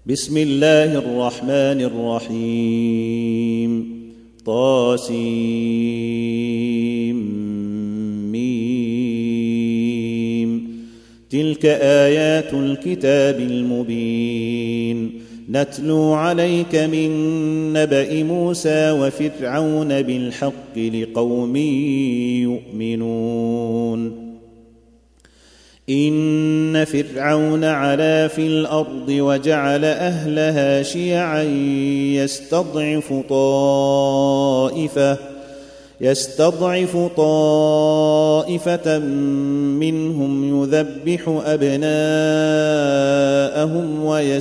بسم الله الرحمن الرحيم طاسيم تلك آيات الكتاب المبين نتلو عليك من نبأ موسى وفرعون بالحق لقوم يؤمنون إن فرعون علا في الأرض وجعل أهلها شيعا يستضعف طائفة منهم يذبح أبناءهم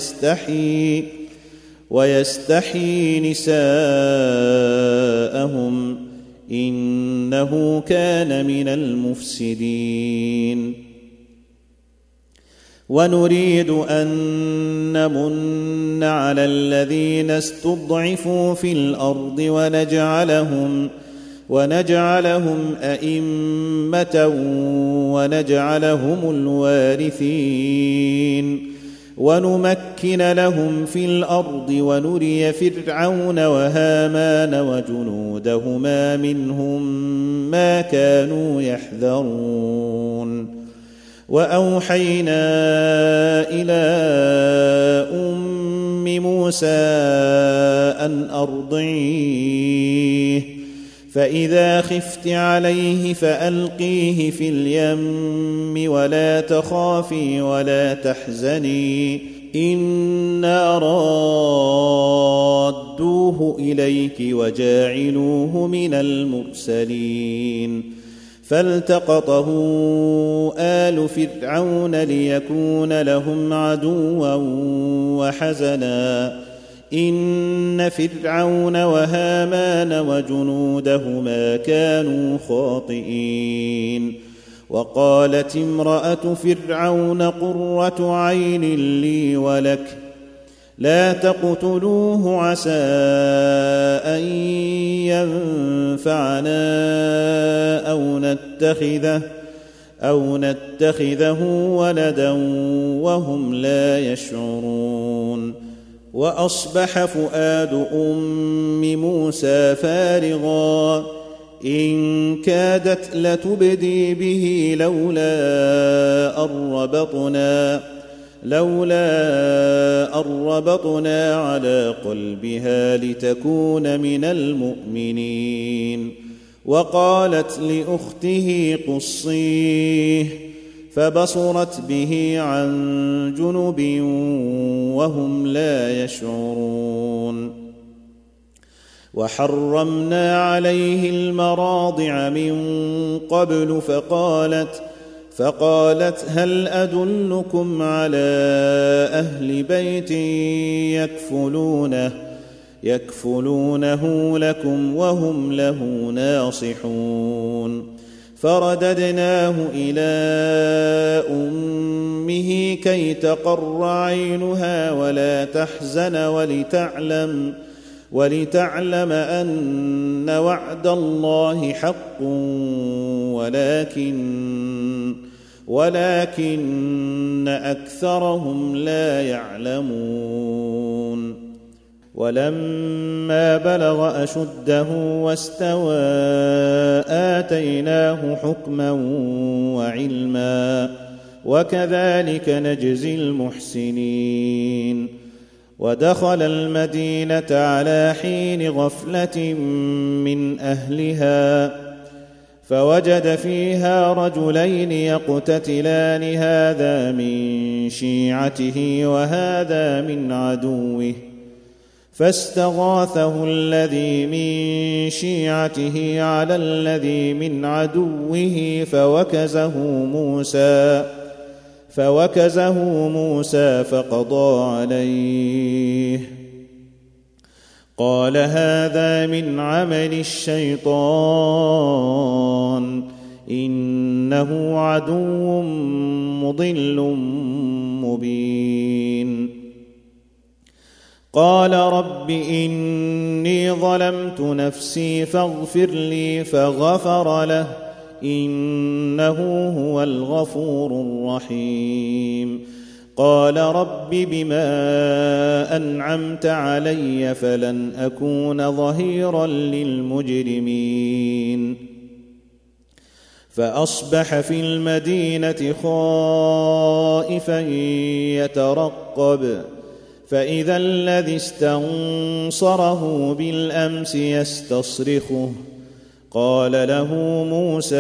ويستحيي نساءهم إنه كان من المفسدين ونريد أن نمن على الذين استضعفوا في الأرض ونجعلهم أئمة ونجعلهم الوارثين ونمكن لهم في الأرض ونري فرعون وهامان وجنودهما منهم ما كانوا يحذرون وأوحينا إلى أم موسى أن أرضعيه فإذا خفت عليه فألقيه في اليم ولا تخافي ولا تحزني إنا رادوه إليك وجاعلوه من المرسلين فالتقطه آل فرعون ليكون لهم عدوا وحزنا إن فرعون وهامان وجنودهما كانوا خاطئين وقالت امرأة فرعون قرة عين لي ولك لا تقتلوه عسى أن ينفعنا أو نتخذه ولدا وهم لا يشعرون وأصبح فؤاد أم موسى فارغا إن كادت لتبدي به لولا أن ربطنا على قلبها لتكون من المؤمنين وقالت لأخته قصيه فبصرت به عن جنب وهم لا يشعرون وحرمنا عليه المراضع من قبل فقالت هل أدلكم على أهل بيت يكفلونه لكم وهم له ناصحون فرددناه إلى أمه كي تقر عينها ولا تحزن ولتعلم أن وعد الله حق ولكن أكثرهم لا يعلمون ولما بلغ أشده واستوى آتيناه حكما وعلما وكذلك نجزي المحسنين ودخل المدينة على حين غفلة من أهلها فوجد فيها رجلين يقتتلان هذا من شيعته وهذا من عدوه فاستغاثه الذي من شيعته على الذي من عدوه فوكزه موسى فقضى عليه قال هذا من عمل الشيطان إنه عدو مضل مبين قال رب إني ظلمت نفسي فاغفر لي فغفر له إنه هو الغفور الرحيم قال رب بما أنعمت علي فلن أكون ظهيرا للمجرمين فأصبح في المدينة خائفا يترقب فإذا الذي استنصره بالأمس يستصرخه قال له موسى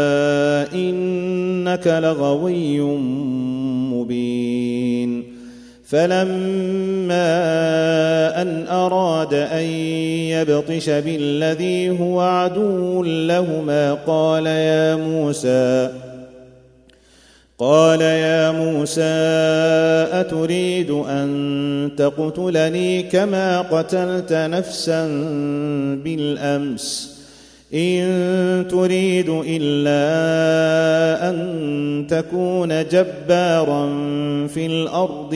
إنك لغوي مبين فلما أن أراد أن يبطش بالذي هو عدو لهما قال يا موسى أتريد أن تقتلني كما قتلت نفسا بالأمس إن تريد إلا أن تكون جبارا في الأرض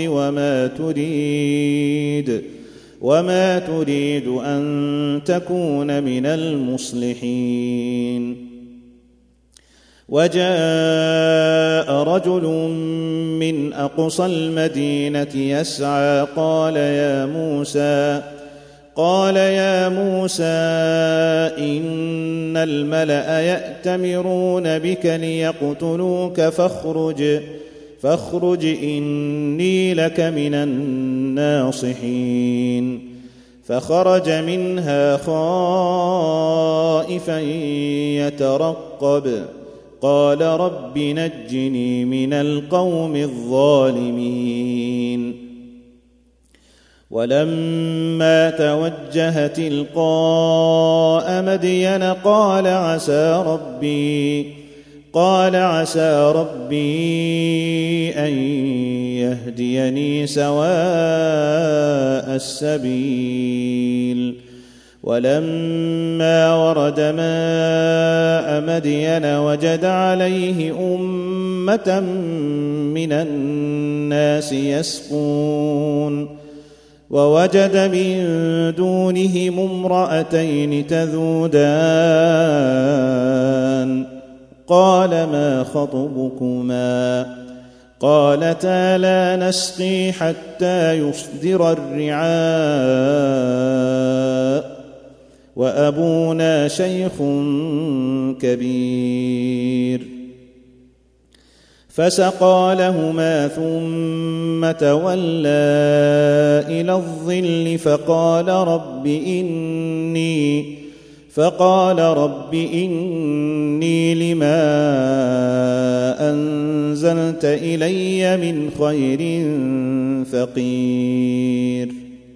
وما تريد أن تكون من المصلحين وجاء رجل من أقصى المدينة يسعى قال يا موسى إن الملأ يأتمرون بك ليقتلوك فاخرج إني لك من الناصحين فخرج منها خائفا يترقب قال رب نجني من القوم الظالمين ولما توجه تلقاء مدين قال عسى ربي أن يهديني سواء السبيل ولما ورد ماء مدين وجد عليه أمة من الناس يسقون ووجد من دونهم امرأتين تذودان قال ما خطبكما قالتا لا نسقي حتى يصدر الرعاء وأبونا شيخ كبير فسقى لهما ثم تولى إلى الظل فقال رب إني لما أنزلت إلي من خير فقير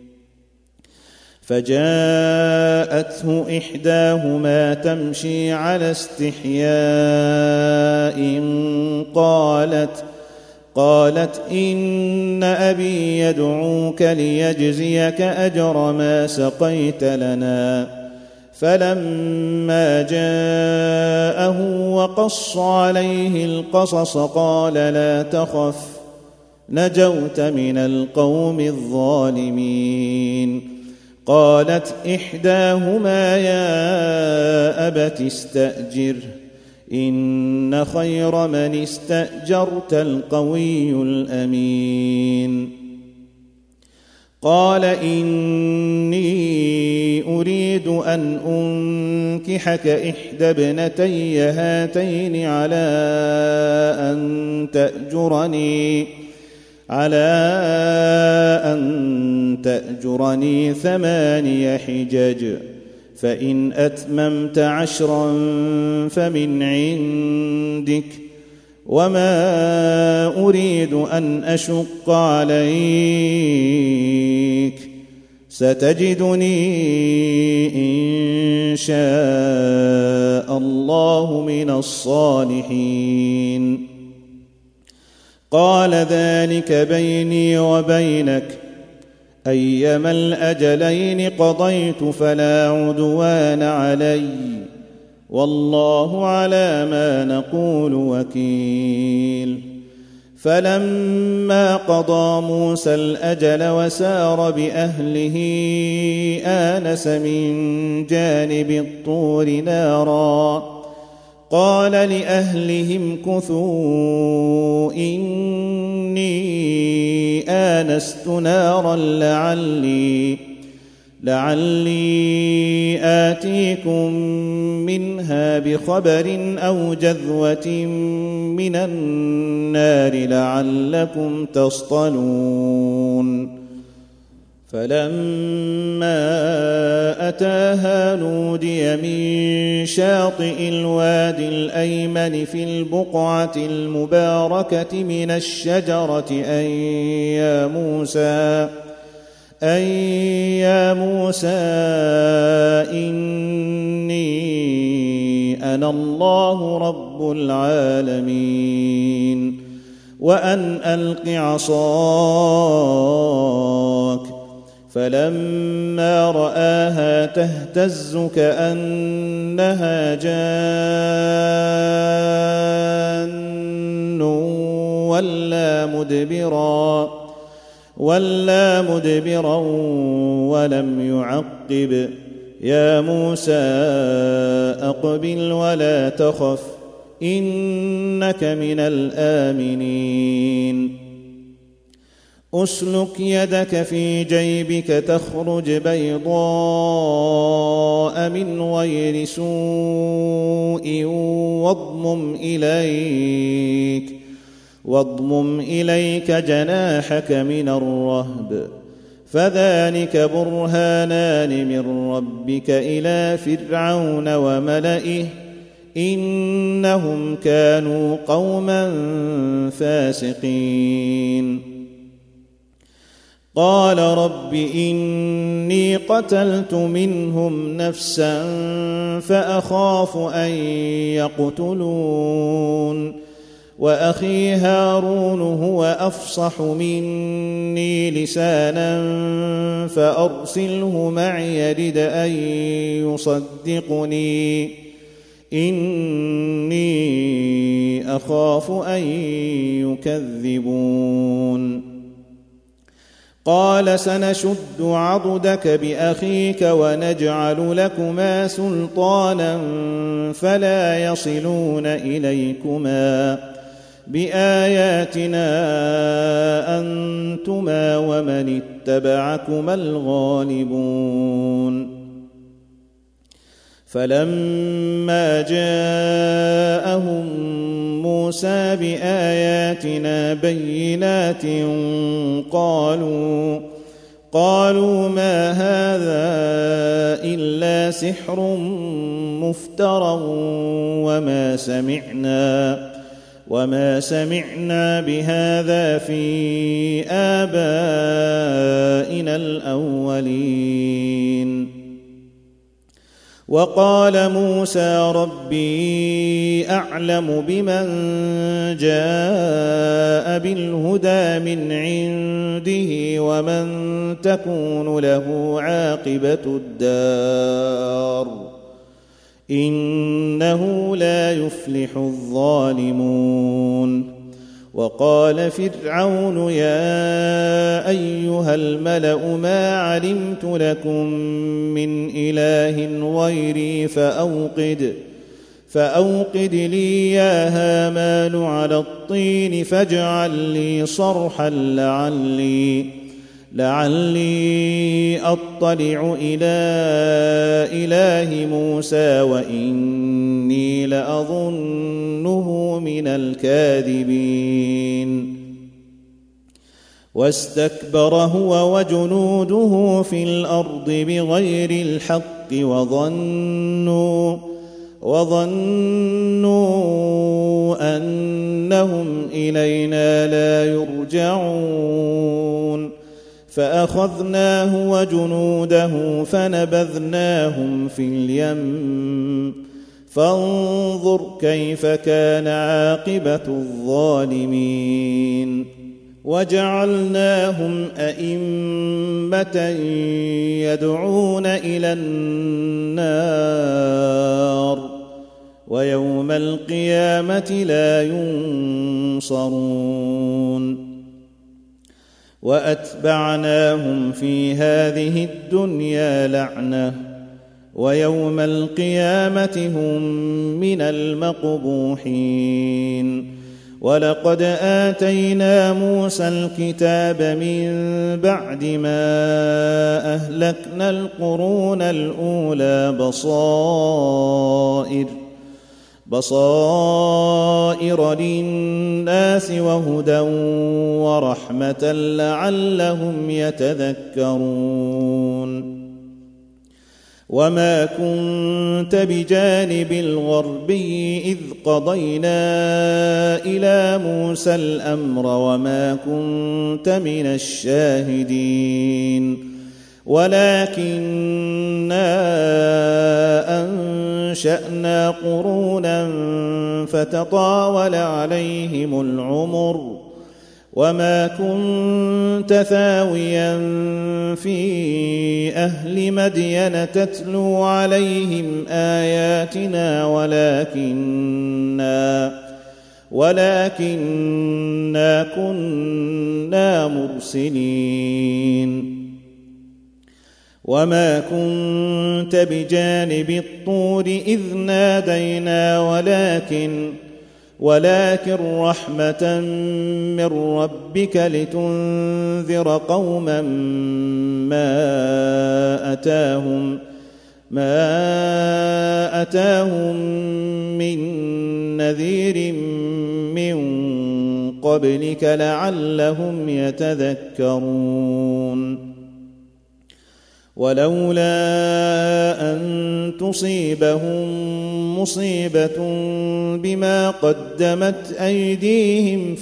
فجاءته إحداهما تمشي على استحياء قالت إن أبي يدعوك ليجزيك أجر ما سقيت لنا فلما جاءه وقص عليه القصص قال لا تخف نجوت من القوم الظالمين قالت إحداهما يا أبت استأجره إن خير من استأجرت القوي الأمين قال إني أريد أن أنكحك إحدى ابنتي هاتين على أن تأجرني 8 حجج فإن أتممت 10 فمن عندك وما أريد أن أشق عليك ستجدني إن شاء الله من الصالحين قال ذلك بيني وبينك أيما الأجلين قضيت فلا عدوان علي والله على ما نقول وكيل فلما قضى موسى الأجل وسار بأهله آنس من جانب الطور نارا قال لأهلهم كثوا إني آنست نارا لعلي آتيكم منها بخبر أو جذوة من النار لعلكم تصطلون فلما أتاها نودي من شاطئ الوادي الأيمن في البقعة المباركة من الشجرة أن يا موسى إني أنا الله رب العالمين وأن ألق عصاك فلما رآها تهتز كأنها جان ولا مدبرا ولم يعقب يا موسى أقبل ولا تخف إنك من الآمنين أسلك يدك في جيبك تخرج بيضاء من غير سوء واضمم إليك جناحك من الرهب فذلك برهانان من ربك إلى فرعون وملئه إنهم كانوا قوما فاسقين قال رب إني قتلت منهم نفسا فأخاف أن يقتلون وأخي هارون هو أفصح مني لسانا فأرسله معي يرد أن يصدقني إني أخاف أن يكذبون قال سنشد عضدك بأخيك ونجعل لكما سلطانا فلا يصلون إليكما بآياتنا أنتما ومن اتبعكما الغالبون فلما جاءهم موسى بآياتنا بينات قالوا ما هذا إلا سحر مفترى وما سمعنا بهذا في آبائنا الأولين وقال موسى ربي أعلم بمن جاء بالهدى من عنده ومن تكون له عاقبة الدار إنه لا يفلح الظالمون وقال فرعون يا أيها الملأ ما علمت لكم من إله غيري فأوقد لي يا هامان على الطين فاجعل لي صرحا لعلي أطلع إلى إله موسى وإني لأظنه من الكاذبين واستكبر هو وجنوده في الأرض بغير الحق وظنوا أنهم إلينا لا يرجعون فأخذناه وجنوده فنبذناهم في اليم فانظر كيف كان عاقبة الظالمين وجعلناهم أئمة يدعون إلى النار ويوم القيامة لا ينصرون وأتبعناهم في هذه الدنيا لعنة ويوم القيامة هم من المقبوحين ولقد آتينا موسى الكتاب من بعد ما أهلكنا القرون الأولى بصائر للناس وهدى ورحمة لعلهم يتذكرون وما كنت بجانب الغربي إذ قضينا إلى موسى الأمر وما كنت من الشاهدين ولكننا أنشأنا قرونا فتطاول عليهم العمر وما كنت ثاويا في أهل مدين تتلو عليهم آياتنا ولكننا كنا مرسلين وما كنت بجانب الطور إذ نادينا ولكن رحمة من ربك لتنذر قوما ما أتاهم من نذير من قبلك لعلهم يتذكرون ولولا أن تصيبهم مصيبة بما قدمت أيديهم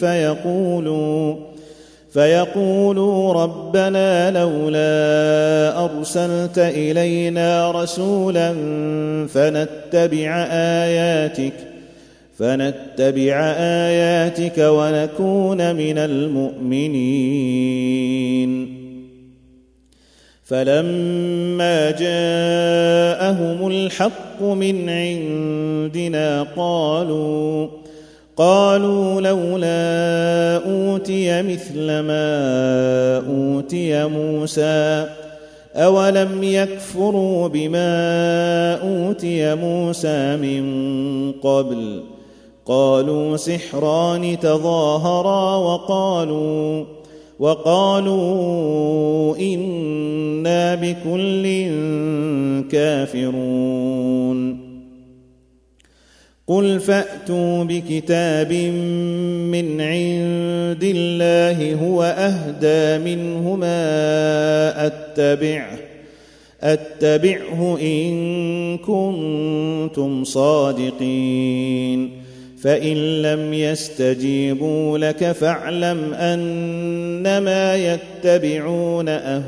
فيقولوا ربنا لولا أرسلت إلينا رسولا فنتبع آياتك ونكون من المؤمنين فلما جاءهم الحق من عندنا قالوا لولا أوتي مثل ما أوتي موسى أولم يكفروا بما أوتي موسى من قبل قالوا سحران تظاهرا وقالوا إنا بكل كافرون قل فأتوا بكتاب من عند الله هو أهدى منهما أتبعه إن كنتم صادقين فإن لم يستجيبوا لك فاعلم أنما يتبعون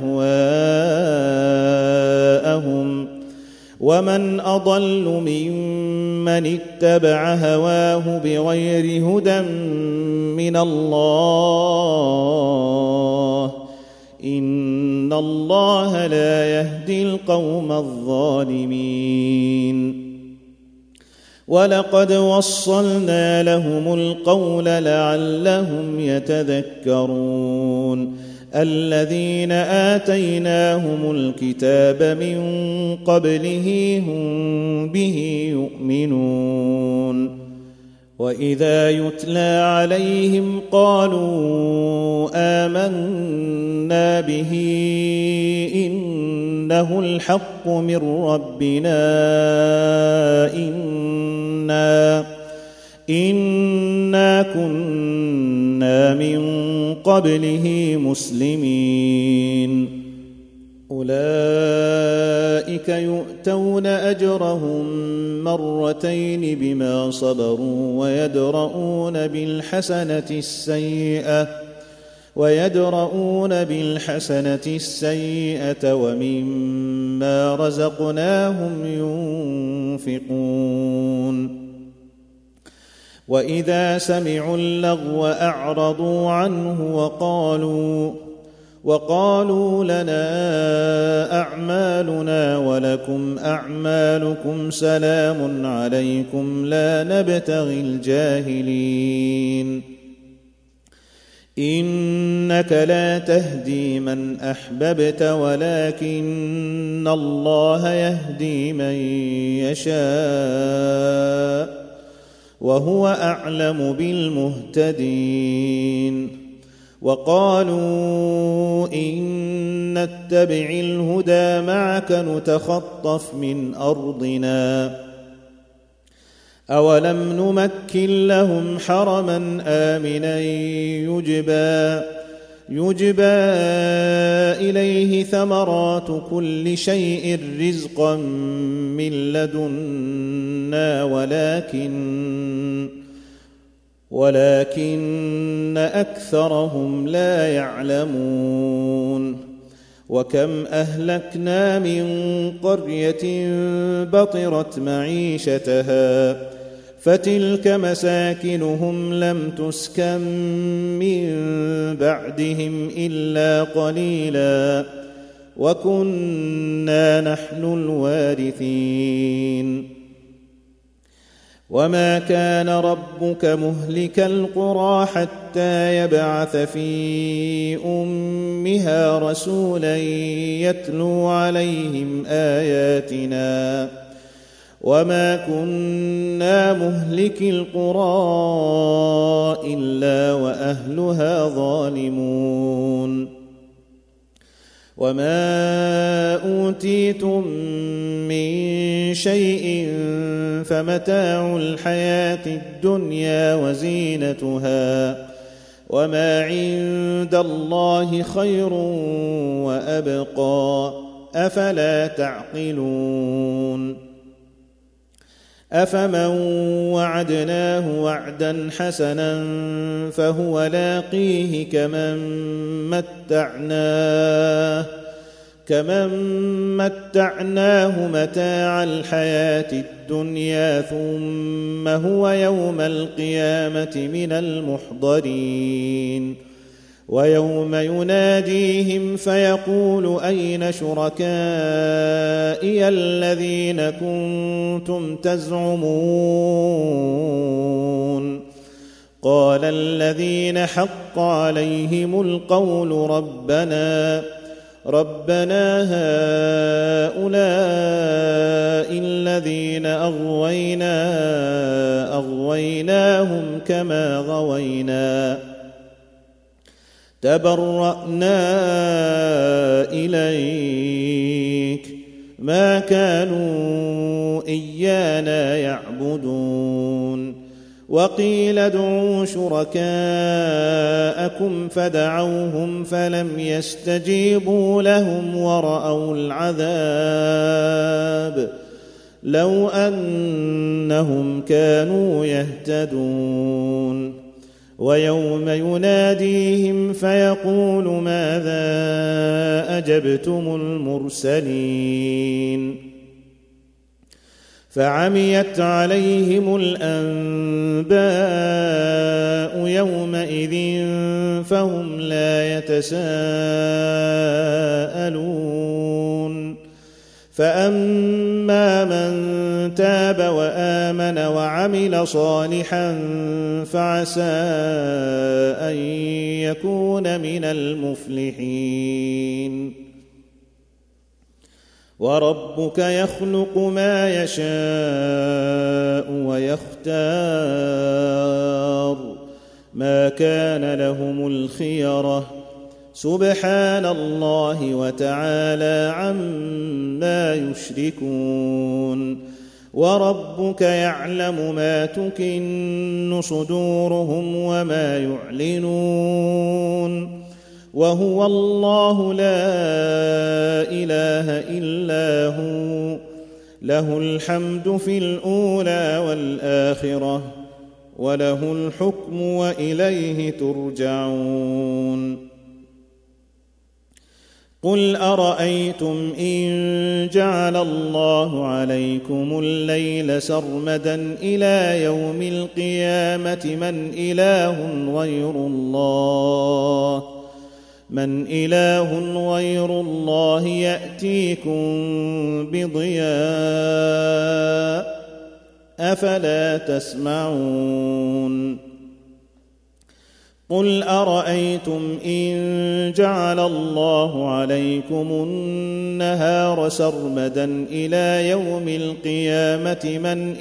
أهواءهم ومن أضل ممن اتبع هواه بغير هدى من الله إن الله لا يهدي القوم الظالمين ولقد وصلنا لهم القول لعلهم يتذكرون الذين آتيناهم الكتاب من قبله هم به يؤمنون وإذا يتلى عليهم قالوا آمنا به إنه الحق من ربنا إنا كنا من قبله مسلمين أولئك يؤتون أجرهم مرتين بما صبروا ويدرؤون بالحسنة السيئة ومما رزقناهم ينفقون وإذا سمعوا اللغو أعرضوا عنه وقالوا لنا أعمالنا ولكم أعمالكم سلام عليكم لا نبتغي الجاهلين إنك لا تهدي من أحببت ولكن الله يهدي من يشاء وهو أعلم بالمهتدين. وقالوا إن نتبع الهدى معك نتخطف من أرضنا أولم نمكن لهم حرما آمنا يجبى إليه ثمرات كل شيء رزقا من لدنا ولكن أكثرهم لا يعلمون. وكم أهلكنا من قرية بطرت معيشتها فتلك مساكنهم لم تسكن من بعدهم إلا قليلا وكنا نحن الوارثين. وما كان ربك مهلك القرى حتى يبعث في أمها رسولا يتلو عليهم آياتنا وما كنا مهلك القرى إلا وأهلها ظالمون. وما أوتيتم من شيء فمتاع الحياة الدنيا وزينتها وما عند الله خير وأبقى أفلا تعقلون. أفمن وعدناه وعدا حسنا فهو لاقيه كمن متعناه متاع الحياة الدنيا ثم هو يوم القيامة من المحضرين. ويوم يناديهم فيقول أين شركائي الذين كنتم تزعمون قال الذين حق عليهم القول ربنا هؤلاء الذين أغويناهم كما غوينا تبرأنا إليك ما كانوا إيانا يعبدون. وقيل ادعوا شركاءكم فدعوهم فلم يستجيبوا لهم ورأوا العذاب لو أنهم كانوا يهتدون. ويوم يناديهم فيقول ماذا أجبتم المرسلين فعميت عليهم الأنباء يومئذ فهم لا يتساءلون. فأما من تاب وآمن وعمل صالحا فعسى أن يكون من المفلحين. وربك يخلق ما يشاء ويختار ما كان لهم الخيرة سبحان الله وتعالى عما يشركون. وربك يعلم ما تكن صدورهم وما يعلنون وهو الله لا إله إلا هو له الحمد في الأولى والآخرة وله الحكم وإليه ترجعون. قل أرأيتم إن جعل الله عليكم الليل سرمدا إلى يوم القيامة من إله غير الله يأتيكم بضياء أفلا تسمعون. قل أرأيتم إن جعل الله عليكم النهار سرمدا إلى يوم القيامة من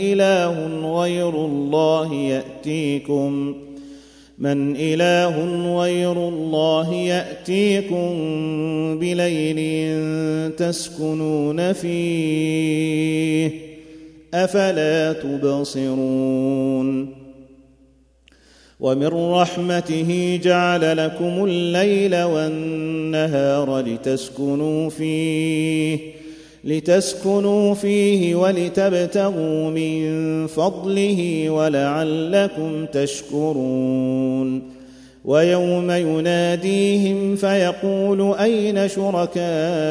إله غير الله يأتيكم بليل تسكنون فيه أفلا تبصرون ومن رحمته جعل لكم الليل والنهار لتسكنوا فيه ولتبتغوا من فضله ولعلكم تشكرون ويوم يناديهم فيقول أين شركائي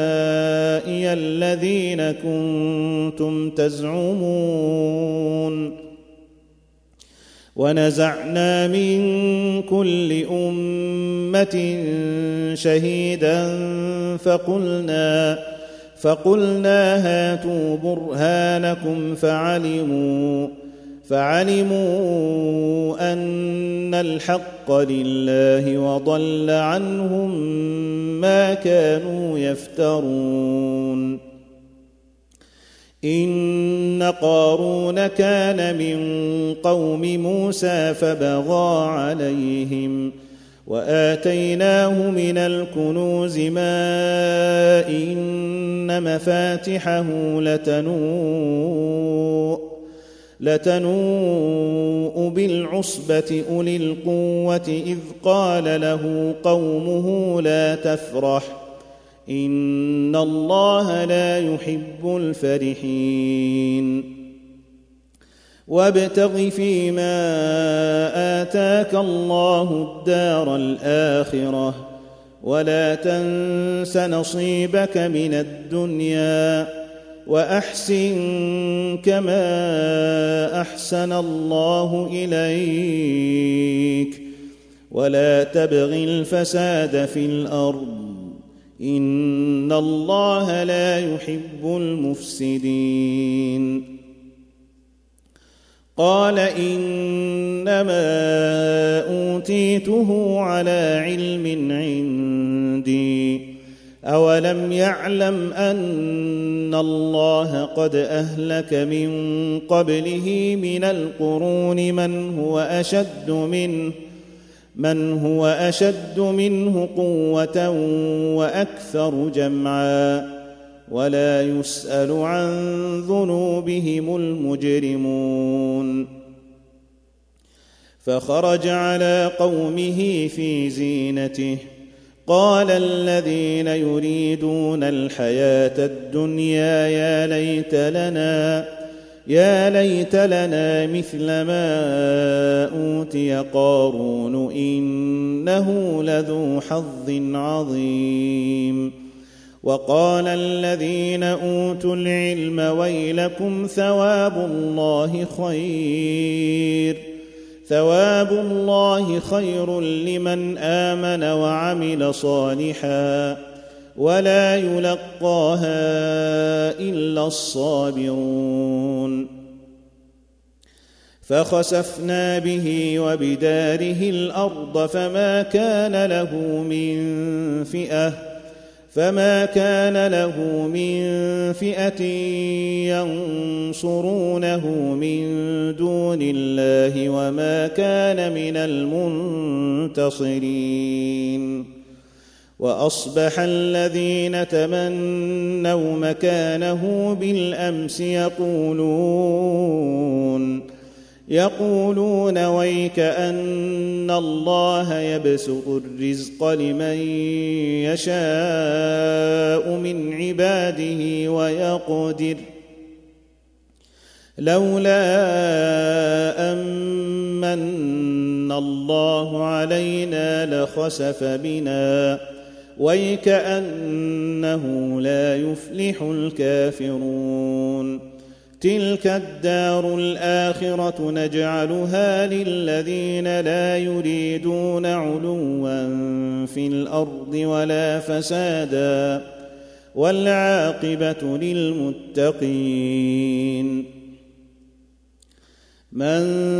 الذين كنتم تزعمون ونزعنا من كل أمة شهيدا فقلنا هاتوا برهانكم فعلموا أن الحق لله وضل عنهم ما كانوا يفترون إن قارون كان من قوم موسى فبغى عليهم وآتيناه من الكنوز ما إن مفاتحه لتنوء بالعصبة أولي القوة إذ قال له قومه لا تفرح إن الله لا يحب الفرحين وابتغ فيما آتاك الله الدار الآخرة ولا تنس نصيبك من الدنيا وأحسن كما أحسن الله إليك ولا تبغ الفساد في الأرض إن الله لا يحب المفسدين قال إنما أوتيته على علم عندي أولم يعلم أن الله قد أهلك من قبله من القرون من هو أشد منه قوة وأكثر جمعا ولا يسأل عن ذنوبهم المجرمون فخرج على قومه في زينته قال الذين يريدون الحياة الدنيا يا ليت لنا مثل ما أوتي قارون إنه لذو حظ عظيم وقال الذين أوتوا العلم ويلكم ثواب الله خير لمن آمن وعمل صالحا ولا يلقاها إلا الصابرون فخسفنا به وبداره الأرض فما كان له من فئة ينصرونه من دون الله وما كان من المنتصرين وأصبح الذين تمنوا مكانه بالأمس يقولون ويك أن الله يبسط الرزق لمن يشاء من عباده ويقدر لولا أمن الله علينا لخسف بنا ويكأنه لا يفلح الكافرون تلك الدار الآخرة نجعلها للذين لا يريدون علوا في الأرض ولا فسادا والعاقبة للمتقين من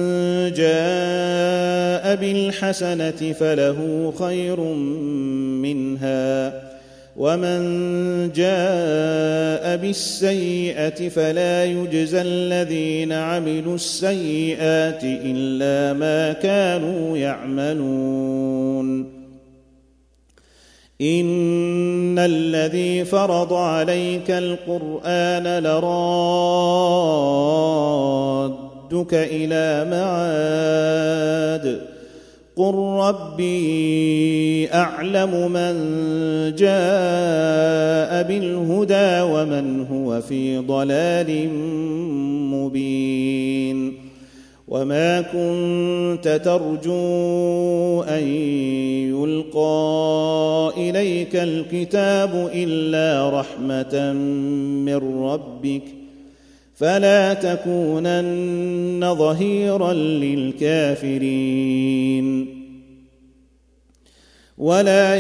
جاء بالحسنة فله خير منها ومن جاء بالسيئة فلا يجزى الذين عملوا السيئات إلا ما كانوا يعملون إن الذي فرض عليك القرآن لرادك إلى معاد قل ربي أعلم من جاء بالهدى ومن هو في ضلال مبين وما كنت ترجو أن يلقى إليك الكتاب إلا رحمة من ربك فلا تكونن ظهيرا للكافرين ولا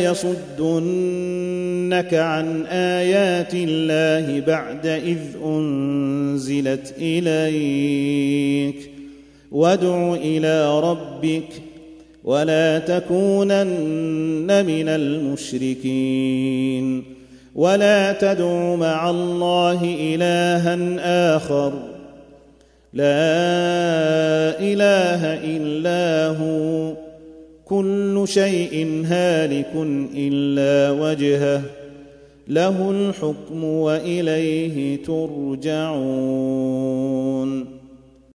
يصدنك عن آيات الله بعد إذ أنزلت إليك وادع إلى ربك ولا تكونن من المشركين ولا تدع مع الله إلها آخر لا إله إلا هو كل شيء هالك إلا وجهه له الحكم وإليه ترجعون